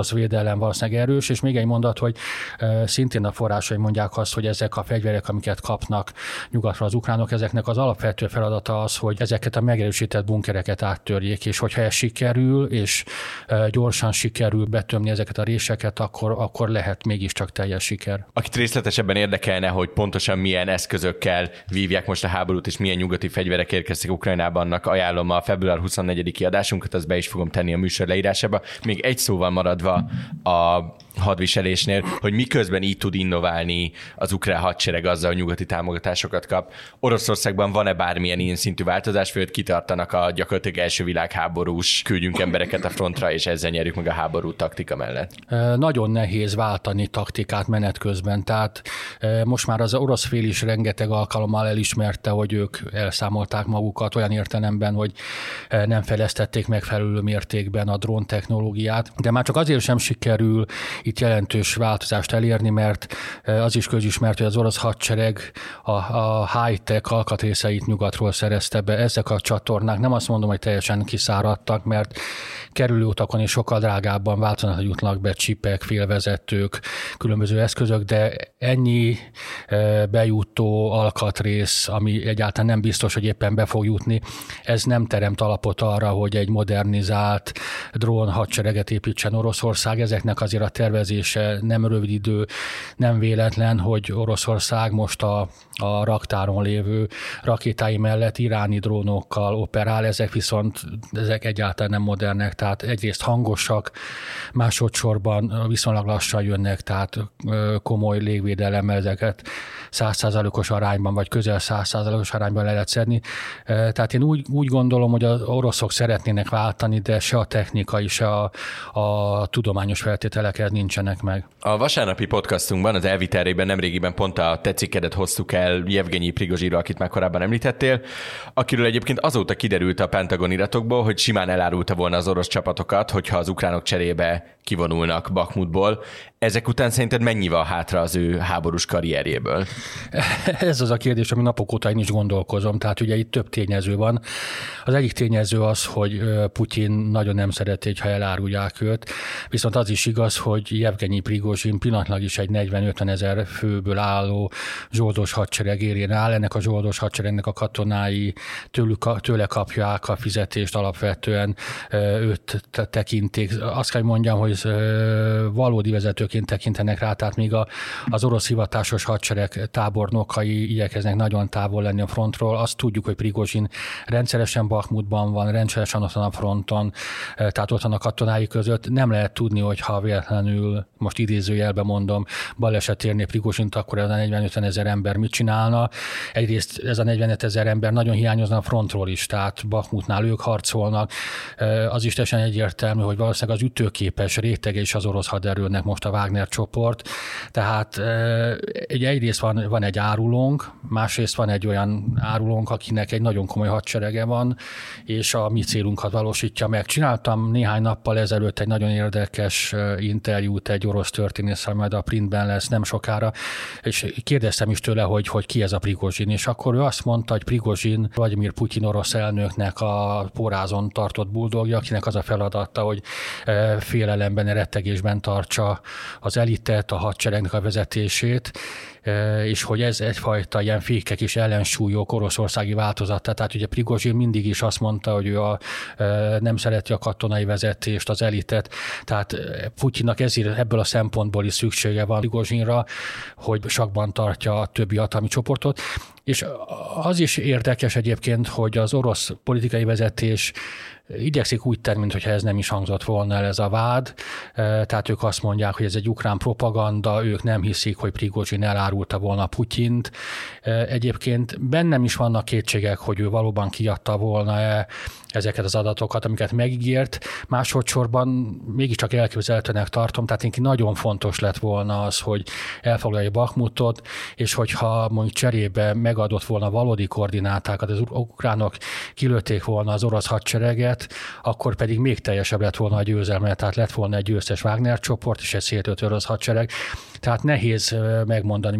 félelem valószínűleg erős, és még egy mondat, hogy szintén a forrásai mondják azt, hogy ezek a fegyverek, amiket kapnak nyugatra az ukránok, ezeknek az alapvető feladata az, hogy ezeket a megerősített bunkereket áttörjék, és hogyha ez sikerül, és gyorsan sikerül betömni ezeket a réseket, akkor lehet mégiscsak teljes siker. Akit részletesebben érdekelne, hogy pontosan milyen eszközökkel vívják most a háborút, és milyen nyugati fegyverek érkeztek Ukrajnába, annak ajánlom a február 24-i adásunkat, azt be is fogom tenni a műsor leírásába. Még egy szóval maradva a hadviselésnél, hogy miközben így tud innoválni az ukrán hadsereg azzal, hogy nyugati támogatásokat kap. Oroszországban van-e bármilyen ilyen szintű változás, vagy kitartanak a gyakorlatilag első világháborús küldjünk embereket a frontra, és ezzel nyerjük meg a háború taktika mellett? Nagyon nehéz váltani taktikát menet közben, tehát most már az orosz fél is rengeteg alkalommal elismerte, hogy ők elszámolták magukat olyan értelemben, hogy nem fejlesztették megfelelő mértékben a drón technológiát, de már csak azért sem sikerül itt jelentős változást elérni, mert az is közismert, hogy az orosz hadsereg a high-tech alkatrészeit nyugatról szerezte be. Ezek a csatornák nem azt mondom, hogy teljesen kiszáradtak, mert kerülő utakon is sokkal drágábban változatlanul jutnak be csipek, félvezetők, különböző eszközök, de ennyi bejutó alkatrész, ami egyáltalán nem biztos, hogy éppen be fog jutni, ez nem teremt alapot arra, hogy egy modernizált drón hadsereget építsen Oroszország. Ezeknek azért a tervezése nem rövid idő, nem véletlen, hogy Oroszország most a raktáron lévő rakétái mellett iráni drónokkal operál, ezek egyáltalán nem modernek, tehát egyrészt hangosak, másodszorban viszonylag lassan jönnek, tehát komoly légvédelemmel ezeket 100%-os arányban, vagy közel 100%-os arányban le lehet szedni. Tehát én úgy gondolom, hogy az oroszok szeretnének váltani, de se a technikai, se a tudományos feltételek nincsenek meg. A vasárnapi podcastunkban, az elvitelében nemrégiben pont a te cikkedet hoztuk el Jevgenyi Prigozsinról, akit már korábban említettél, akiről egyébként azóta kiderült a Pentagon iratokból, hogy simán elárulta volna az orosz csapatokat, hogyha az ukránok cserébe kivonulnak Bakhmutból. Ezek után szerinted mennyi van hátra az ő háborús karrierjéből? Ez az a kérdés, ami napok óta én is gondolkozom. Tehát ugye itt több tényező van. Az egyik tényező az, hogy Putyin nagyon nem szereti, hogyha elárulják őt. Viszont az is igaz, hogy Jevgenyi Prigozsin pillanatlag is egy 40-50 ezer főből álló zsoldos hadsereg érén áll. Ennek a zsoldos hadseregnek a katonái tőle kapják a fizetést, alapvetően őt tekintik. Azt kell mondjam, hogy valódi vezetőként tekintenek rá, tehát még az orosz hivatásos hadsereg tábornokai igyekeznek nagyon távol lenni a frontról. Azt tudjuk, hogy Prigozsin rendszeresen Bakhmutban van, rendszeresen ott van a fronton, tehát ott van a katonái között. Nem lehet tudni, hogy ha véletlenül, most idézőjelben mondom, baleset érné Prigozsint, akkor ez a 40-50 ezer ember mit csinálna? Egyrészt ez a 45 ezer ember nagyon hiányozna a frontról is, tehát Bakhmutnál ők harcolnak. Az is teljesen egyértelmű, hogy valószínűleg az ütőképes rétege is az orosz haderőnek most a Wagner csoport. Tehát egyrészt van egy árulónk, másrészt van egy olyan árulónk, akinek egy nagyon komoly hadserege van, és a mi célunkat valósítja meg. Csináltam néhány nappal ezelőtt egy nagyon érdekes interjút egy orosz történésszel, majd a Printben lesz nem sokára, és kérdeztem is tőle, hogy ki ez a Prigozsin, és akkor ő azt mondta, hogy Prigozsin Vladimir Putyin orosz elnöknek a pórázon tartott buldogja, akinek az a feladata, hogy félelemben, rettegésben tartsa az elitet, a hadseregnek a vezetését, és hogy ez egyfajta ilyen fékek és ellensúlyok oroszországi változata. Tehát ugye Prigozsin mindig is azt mondta, hogy ő nem szereti a katonai vezetést, az elitet, tehát Putyinnak ezért ebből a szempontból is szüksége van Prigozsinra, hogy sakban tartja a többi hatalmi csoportot. És az is érdekes egyébként, hogy az orosz politikai vezetés igyekszik úgy tenni, mintha ez nem is hangzott volna el ez a vád. Tehát ők azt mondják, hogy ez egy ukrán propaganda, ők nem hiszik, hogy Prigozsin elárulta volna Putyint. Egyébként bennem is vannak kétségek, hogy ő valóban kiadta volna ezeket az adatokat, amiket megígért. Másodszorban mégiscsak elképzelhetőnek tartom, tehát neki nagyon fontos lett volna az, hogy elfoglalja Bakhmutot, és hogyha mondjuk cserébe megadott volna valódi koordinátákat, az ukránok kilőtték volna az orosz hadsereget, akkor pedig még teljesebb lett volna a győzelme, tehát lett volna egy győztes Wagner csoport, és egy szétört orosz hadsereg. Tehát nehéz megmondani,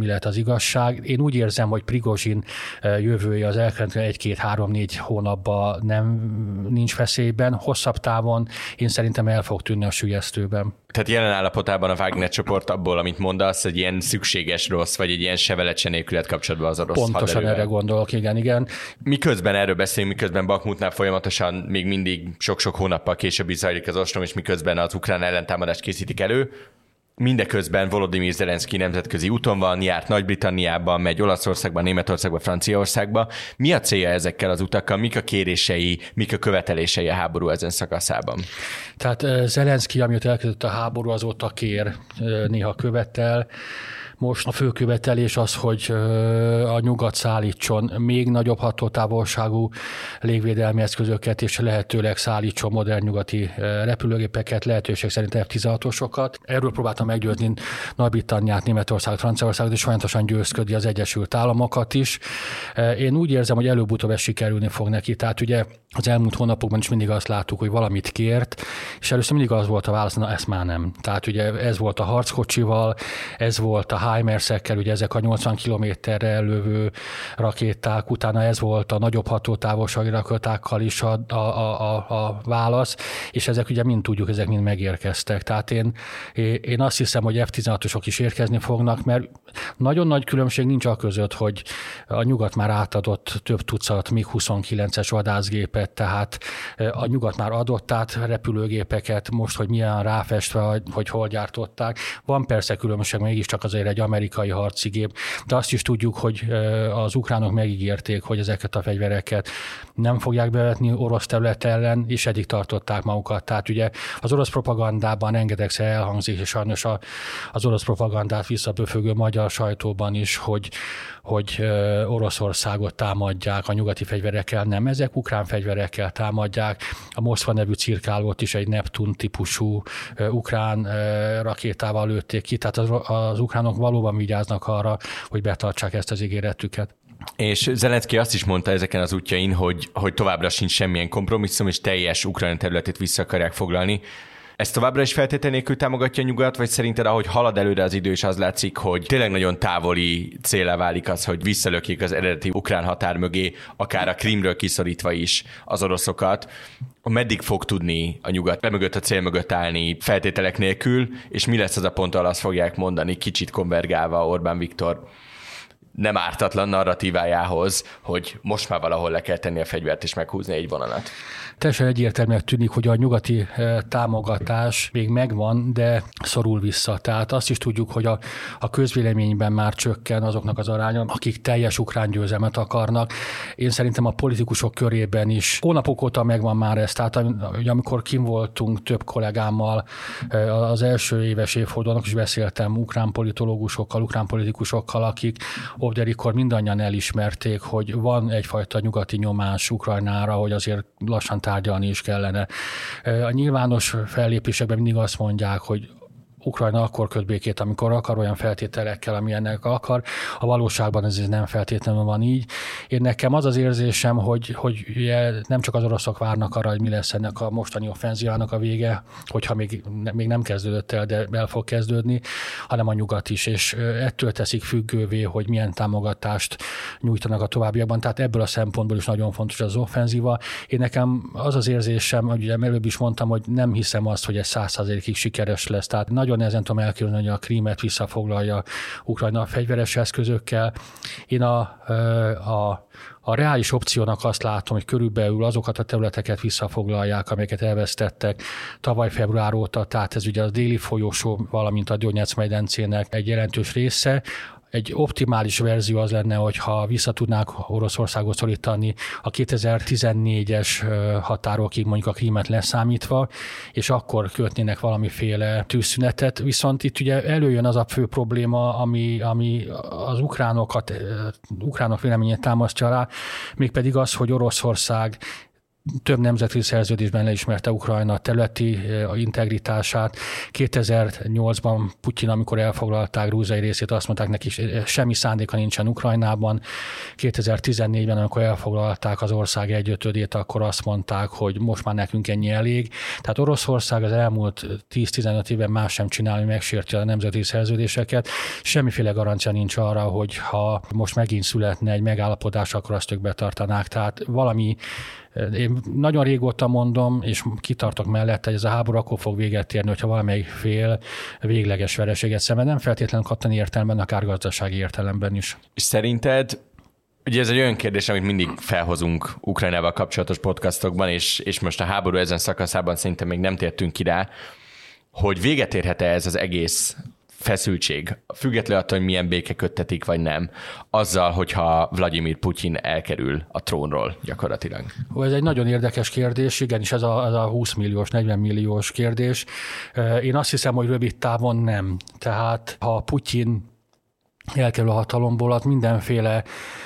mi lehet az igazság. Én úgy érzem, hogy Prigozsin jövője az elkövetkező 1-2-3-4 hónapban nincs veszélyben. Hosszabb távon én szerintem el fog tűnni a sülyeztőben. Tehát jelen állapotában a Wagner csoport abból, amit mondasz, egy ilyen szükséges rossz, vagy egy ilyen sevelet nélkület kapcsolatban az orosz pontosan haderővel. Erre gondolok, igen. Miközben erről beszélünk, miközben Bakhmutnál folyamatosan még mindig sok-sok hónappal később is zajlik az ostrom, és miközben az ukrán ellentámadást készítik elő, mindeközben Volodymyr Zelenszky nemzetközi úton van, járt Nagy-Britanniában, megy Olaszországba, Németországba, Franciaországba. Mi a célja ezekkel az utakkal? Mik a kérései, mik a követelései a háború ezen szakaszában? Tehát Zelenszky, amióta elkezdődött a háború, azóta kér, néha követel. Most a fő követelés az, hogy a nyugat szállítson még nagyobb hatótávolságú légvédelmi eszközöket, és lehetőleg szállítson modern nyugati repülőgépeket, lehetőség szerint F-16-osokat. Erről próbáltam meggyőzni Nagy-Britanniát, Németországot, Franciaországot, és folyamatosan győzködni az Egyesült Államokat is. Én úgy érzem, hogy előbb-utóbb ez sikerülni fog neki. Tehát ugye az elmúlt hónapokban is mindig azt láttuk, hogy valamit kért, és először mindig az volt a válasz, na ezt már nem. Tehát ugye ez volt a harckocsival, ez volt a HIMARS-ekkel, ugye ezek a 80 kilométerre lövő rakéták, utána ez volt a nagyobb hatótávolsági rakétákkal is a válasz, és ezek ugye mind tudjuk, ezek mind megérkeztek. Tehát én azt hiszem, hogy F-16-osok is érkezni fognak, mert nagyon nagy különbség nincs a között, hogy a nyugat már átadott több tucat MiG-29-es vadászgépet, tehát a nyugat már adott át repülőgépeket, most, hogy milyen ráfestve, hogy hol gyártották. Van persze különbség, mégiscsak azért egy amerikai harci gép, de azt is tudjuk, hogy az ukránok megígérték, hogy ezeket a fegyvereket nem fogják bevetni orosz terület ellen, és eddig tartották magukat. Tehát ugye az orosz propagandában rengetegszer elhangzik, és sajnos az orosz propagandát visszaböfögő magyar sajtóban is, hogy Oroszországot támadják a nyugati fegyverekkel, nem, ezek ukrán fegyverekkel támadják. A Moszkva nevű cirkálót is egy Neptun típusú ukrán rakétával lőtték ki, tehát az ukránok valóban vigyáznak arra, hogy betartsák ezt az ígéretüket. És Zelenszky azt is mondta ezeken az útjain, hogy továbbra sincs semmilyen kompromisszum, és teljes Ukrajna területét vissza akarják foglalni. Ezt továbbra is feltétel nélkül támogatja a nyugat, vagy szerinted, ahogy halad előre az idő, és az látszik, hogy tényleg nagyon távoli céllá válik az, hogy visszalökjék az eredeti ukrán határ mögé, akár a Krímről kiszorítva is az oroszokat, meddig fog tudni a nyugat mögött, a cél mögött állni feltételek nélkül, és mi lesz az a pont, ahol azt fogják mondani, kicsit konvergálva Orbán Viktor nem ártatlan narratívájához, hogy most már valahol le kell tenni a fegyvert és meghúzni egy vonalat. Teljesen egyértelműen tűnik, hogy a nyugati támogatás még megvan, de szorul vissza. Tehát azt is tudjuk, hogy a közvéleményben már csökken azoknak az aránya, akik teljes ukrán győzelmet akarnak. Én szerintem a politikusok körében is hónapok óta megvan már ez. Tehát amikor kim voltunk több kollégámmal, az első éves évfordulónak is beszéltem ukrán politológusokkal, ukrán politikusokkal, akik off the record mindannyian elismerték, hogy van egyfajta nyugati nyomás Ukrajnára, hogy azért lassan tárgyalni is kellene. A nyilvános fellépésekben mindig azt mondják, hogy Ukrajna akkor köt békét, amikor akar, olyan feltételekkel, amilyennek akar. A valóságban ez nem feltétlenül van így. Én nekem az az érzésem, hogy nem csak az oroszok várnak arra, hogy mi lesz ennek a mostani offenzívának a vége, hogyha még nem kezdődött el, de el fog kezdődni, hanem a nyugat is, és ettől teszik függővé, hogy milyen támogatást nyújtanak a továbbiakban. Tehát ebből a szempontból is nagyon fontos az offenzíva. Én nekem az az érzésem, hogy ugye előbb is mondtam, hogy nem hiszem azt, hogy ez 100%-ig sikeres lesz. Tehát nagyon nehezen tudom elképzelni, hogy a Krímet visszafoglalja Ukrajna fegyveres eszközökkel. Én a reális opciónak azt látom, hogy körülbelül azokat a területeket visszafoglalják, amelyeket elvesztettek tavaly február óta, tehát ez ugye a déli folyosó, valamint a Donetsz medencének egy jelentős része. Egy optimális verzió az lenne, hogyha vissza tudnák Oroszországot szorítani a 2014-es határokig, mondjuk a Krímet leszámítva, és akkor kötnének valamiféle tűzszünetet. Viszont itt ugye előjön az a fő probléma, ami az ukránok véleményét támasztja rá, mégpedig az, hogy Oroszország több nemzetközi szerződésben leismerte Ukrajna területi integritását. 2008-ban Putyin, amikor elfoglalták Grúziai részét, azt mondták neki, semmi szándéka nincsen Ukrajnában. 2014-ben, amikor elfoglalták az ország 1/5-ét, akkor azt mondták, hogy most már nekünk ennyi elég. Tehát Oroszország az elmúlt 10-15 évben más sem csinál, hogy megsérti a nemzetközi szerződéseket. Semmiféle garancia nincs arra, hogy ha most megint születne egy megállapodás, akkor azt ők betartanák. Tehát valami. Én nagyon régóta mondom, és kitartok mellett, hogy ez a háború akkor fog véget érni, hogyha valamelyik fél végleges vereséget szenved, nem feltétlenül katonai értelemben, akár gazdasági értelemben is. És szerinted, ugye ez egy olyan kérdés, amit mindig felhozunk Ukrajnával kapcsolatos podcastokban, és most a háború ezen szakaszában szerintem még nem tértünk ki rá, hogy véget érhet-e ez az egész feszültség, függetlenül attól, hogy milyen béke köttetik, vagy nem, azzal, hogyha Vladimir Putyin elkerül a trónról gyakorlatilag. Ez egy nagyon érdekes kérdés, igenis ez a 20 milliós, 40 milliós kérdés. Én azt hiszem, hogy rövid távon nem. Tehát ha Putyin elkerül a hatalomból, az mindenféle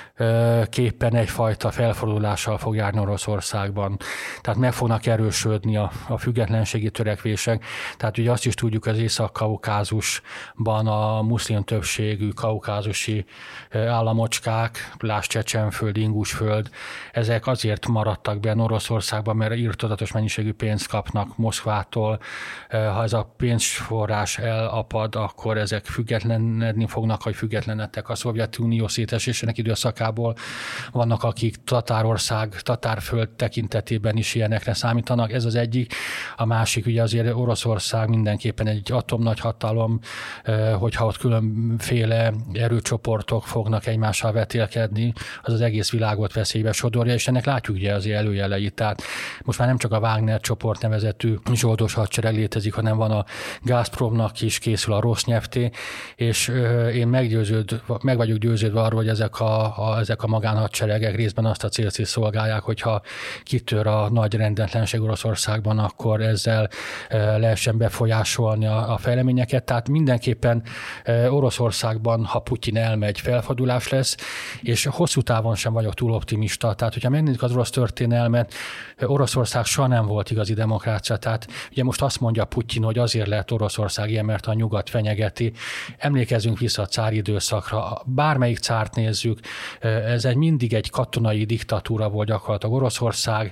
képpen egyfajta felfordulással fog járni Oroszországban. Tehát meg fognak erősödni a függetlenségi törekvések. Tehát ugye azt is tudjuk, az Észak-Kaukázusban a muszlim többségű kaukázusi államocskák, lásd Csecsenföld, Ingusföld, ezek azért maradtak benne Oroszországban, mert irtózatos mennyiségű pénzt kapnak Moszkvától. Ha ez a pénzforrás elapad, akkor ezek függetlenedni fognak, hogy függetlenedtek a Szovjetunió szétesésének időszakából. Vannak, akik Tatárország, Tatárföld tekintetében is ilyenekre számítanak. Ez az egyik. A másik, ugye azért Oroszország mindenképpen egy atomnagyhatalom, hogyha ott különféle erőcsoportok fognak egymással vetélkedni, az egész világot veszélybe sodorja, és ennek látjuk ugye azért előjeleit. Tehát most már nem csak a Wagner csoport nevezetű zsoldos hadsereg létezik, hanem van a Gazpromnak is, készül a Rosneft, és én meg vagyok győződve arról, hogy ezek a magánhadseregek részben azt a célt is szolgálják, hogyha kitör a nagy rendetlenség Oroszországban, akkor ezzel lehessen befolyásolni a fejleményeket. Tehát mindenképpen Oroszországban, ha Putyin elmegy, felfordulás lesz, és hosszú távon sem vagyok túl optimista. Tehát, hogyha megnézzük az orosz történelmet, Oroszország soha nem volt igazi demokrácia. Tehát ugye most azt mondja Putyin, hogy azért lehet Oroszország ilyen, mert a nyugat fenyegeti. Emlékezzünk vissza a cári időszakra. Bármelyik cárt nézzük, ez mindig egy katonai diktatúra volt gyakorlatilag. Oroszország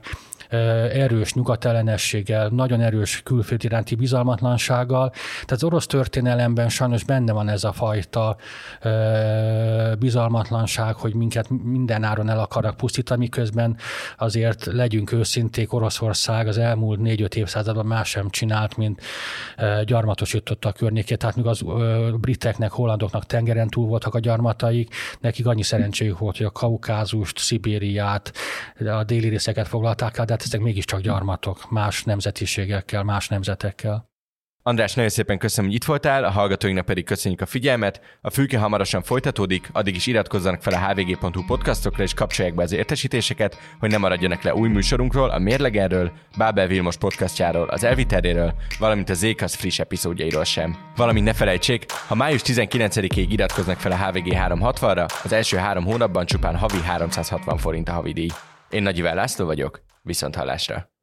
erős nyugatellenességgel, nagyon erős külföld iránti bizalmatlansággal. Tehát az orosz történelemben sajnos benne van ez a fajta bizalmatlanság, hogy minket mindenáron el akarnak pusztítani, miközben azért legyünk őszinték, Oroszország az elmúlt 4-5 évszázadban más sem csinált, mint gyarmatosította a környékét. Tehát míg az briteknek, hollandoknak tengeren túl voltak a gyarmataik, nekik annyi szerencséjük volt, hogy a Kaukázust, Szibériát, a déli részeket foglalták el, de ezek mégiscsak gyarmatok, más nemzetiségekkel, más nemzetekkel. András, nagyon szépen köszönöm, hogy itt voltál, a hallgatóinknak pedig köszönjük a figyelmet. A Fülke hamarosan folytatódik, addig is iratkozzanak fel a hvg.hu podcastokra, és kapcsolják be az értesítéseket, hogy ne maradjanak le új műsorunkról, a Mérlegerről, Bábel Vilmos podcastjáról, az Elviteréről, valamint a Zékasz friss epizódjairól sem. Valamint ne felejtsék, ha május 19-ig iratkoznak fel a HVG 360-ra, az első 3 hónapban csupán havi 360 forint a havidíj. Én Nagy Iván László vagyok, viszonthallásra!